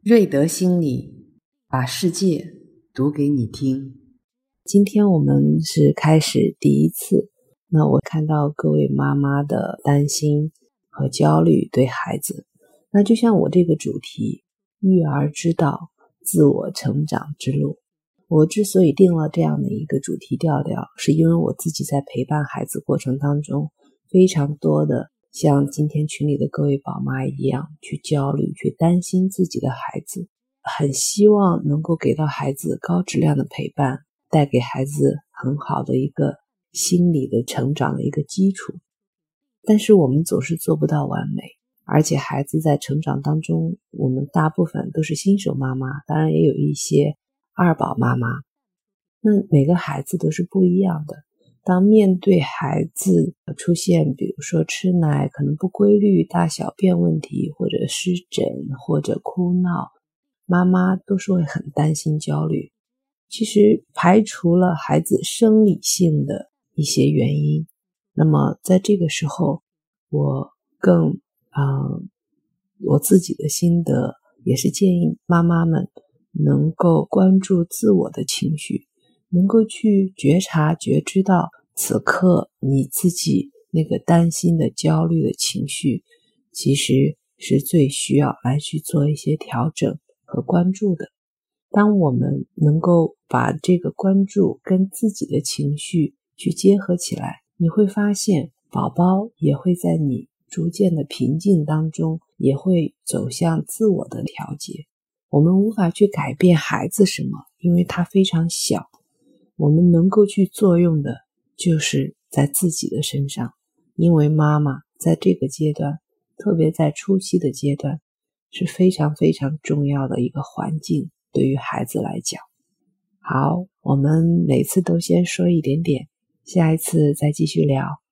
瑞德心理把世界读给你听。今天我们是开始第一次，那我看到各位妈妈的担心和焦虑对孩子，那就像我这个主题育儿之道，自我成长之路，我之所以定了这样的一个主题调调，是因为我自己在陪伴孩子过程当中非常多的像今天群里的各位宝妈一样去焦虑，去担心自己的孩子，很希望能够给到孩子高质量的陪伴，带给孩子很好的一个心理的成长的一个基础。但是我们总是做不到完美，而且孩子在成长当中，我们大部分都是新手妈妈，当然也有一些二宝妈妈，那每个孩子都是不一样的。当面对孩子出现比如说吃奶可能不规律、大小便问题，或者湿疹，或者哭闹，妈妈都是会很担心焦虑。其实排除了孩子生理性的一些原因，那么在这个时候我自己的心得也是建议妈妈们能够关注自我的情绪，能够去觉察觉知到此刻你自己那个担心的焦虑的情绪其实是最需要来去做一些调整和关注的。当我们能够把这个关注跟自己的情绪去结合起来，你会发现宝宝也会在你逐渐的平静当中也会走向自我的调节。我们无法去改变孩子什么，因为他非常小，我们能够去作用的就是在自己的身上，因为妈妈在这个阶段，特别在初期的阶段，是非常非常重要的一个环境，对于孩子来讲。好，我们每次都先说一点点，下一次再继续聊。